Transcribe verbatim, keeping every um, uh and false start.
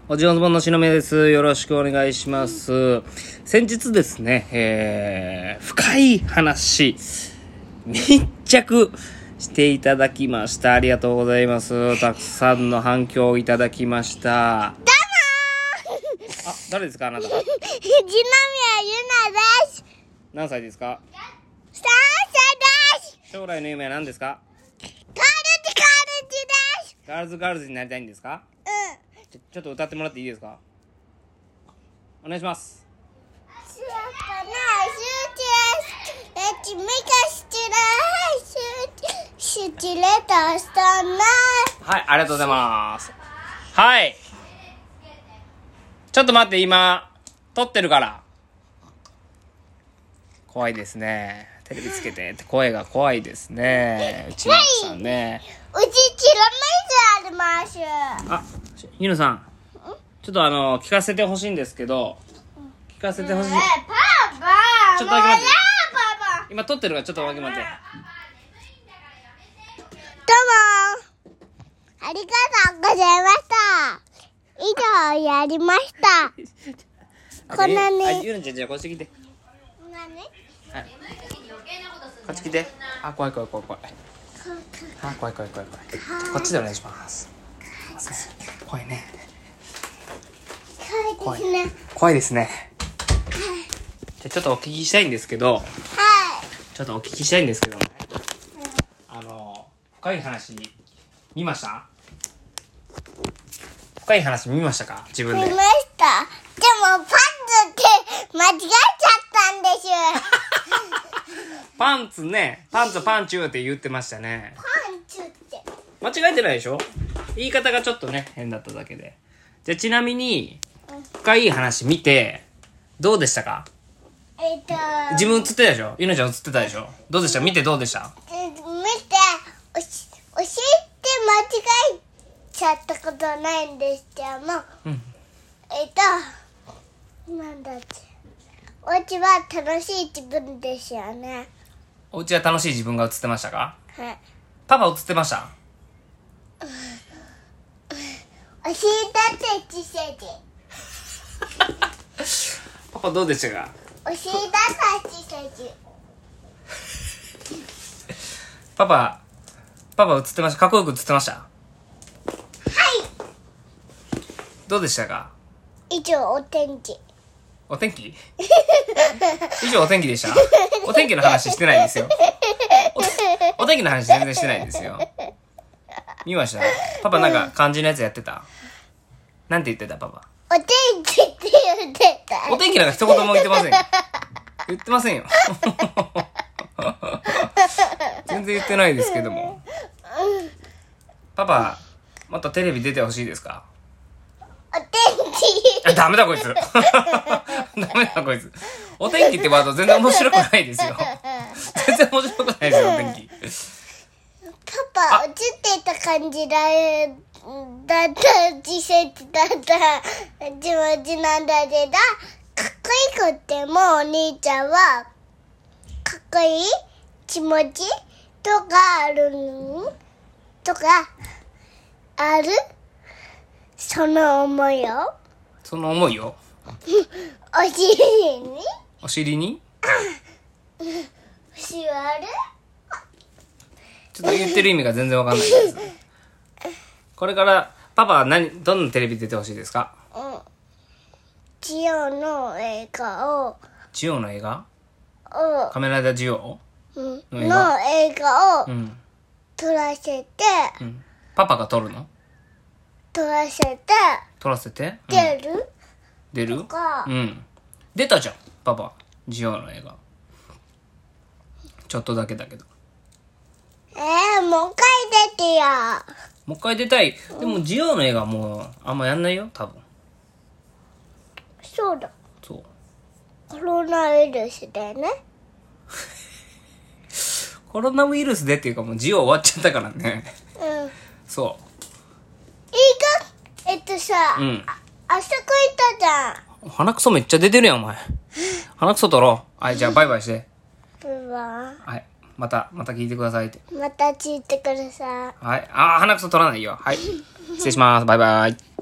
おじおずぼんのしのめです。よろしくお願いします。先日ですね、えー、深い話、密着していただきました。ありがとうございます。たくさんの反響をいただきました。どうもー。あ、誰ですかあなた。 じのみやゆなです。 何歳ですか？ さんさいです。 将来の夢は何ですか？ ガールズガールズです。 ガールズガールズになりたいんですか？ うん。 ちょ、ちょっと歌ってもらっていいですか？お願いします。 シュートなシューティース。えちみかしちらシューティーレタスタンナはい、ありがとうございます。はい。ちょっと待って、今、撮ってるから。怖いですね。テレビつけてって声が怖いですね。うちの奥さんね。 うちチラメイズあります。 あ、ゆのさん。ちょっとあの、聞かせてほしいんですけど、聞かせてほしい。 え、パパちょっとだけ待って。 もうやパパ今撮ってるからちょっとだけ待って。 どうもありがとうございました。以上やりました。こんなねあ、ゆのちゃんじゃあこっち来て。 何はい。こっち来て。あ、怖い怖い怖い怖い。あ、怖い怖い怖い怖い。こっちでお願いします。すいません。怖いね。 怖いですね。 怖いですね。じゃあちょっとお聞きしたいんですけど、 はい。 ちょっとお聞きしたいんですけどね。あの、深い話見ました？深い話見ましたか？自分で。 見ました。でもパンツって間違えちゃったんです。 パンツね、パンツパンチューって言ってましたね。 パンツって。 間違えてないでしょ？言い方がちょっとね、変だっただけで。じゃあちなみに、深い話見て、どうでしたか？ えっと。 自分映ってたでしょ？ゆなちゃん映ってたでしょ？どうでした？見てどうでした？ 見て、おし、教えて間違えちゃったことないんですけども、 うん。 えっと、なんだっけ。お家は楽しい自分ですよね。 お家は楽しい自分が映ってましたか？ はい。 パパ映ってました？ 教えたって知識。 パパどうでしたか？ 教えたって知識。 パパ、パパ映ってました？かっこよく映ってました？ はい。 どうでしたか？ 以上お天気。 お天気？以上お天気でした？お天気の話してないんですよ。お, お天気の話全然してないんですよ。見ました？パパなんか漢字のやつやってた？なんて言ってたパパ？ お天気って言ってた。 お天気なんか一言も言ってませんよ。言ってませんよ。全然言ってないですけども。パパ、またテレビ出てほしいですか？ お天気。 あ、ダメだこいつ。ダメだこいつ。お天気ってワード全然面白くないですよ。全然面白くないですよ、お天気。 パパ、映ってた感じだよ。だった、自説だった、自文字なんだけど、かっこいい子ってもお兄ちゃんは、かっこいい気持ちとかあるのとか、あるその思いを、 その思いをお尻に、 お尻にしわるちょっと言ってる意味が全然わかんないです。これからパパは何、どんなテレビ出てほしいですか？ うん。ジオの映画を、 ジオの映画？ をカメラダジオ？ うんの映画の映画をうん。 撮らせて、 うん。パパが撮るの？ 撮らせて、 撮らせて、うん、 出る出る？ とかうん。出たじゃん、パパ。ジオの映画。ちょっとだけだけど。 えー、もう一回出てよ。 もう一回出たい。でもジオの映画もうあんまやんないよ、多分。 そうだ。 そう。 コロナウイルスでね。 コロナウイルスでっていうかもうジオ終わっちゃったからね。 うん。いいそか、えっとさ、 う。うん。 あ、あそこ行ったじゃん。 鼻くそめっちゃ出てるやん、お前。鼻くそ取ろう。はい、じゃあバイバイして。 ブーバはい。また、また聞いてくださいって。 ー。また聞いてください。 はい。あー、鼻くそ取らないよ。はい。失礼します。バイバイ。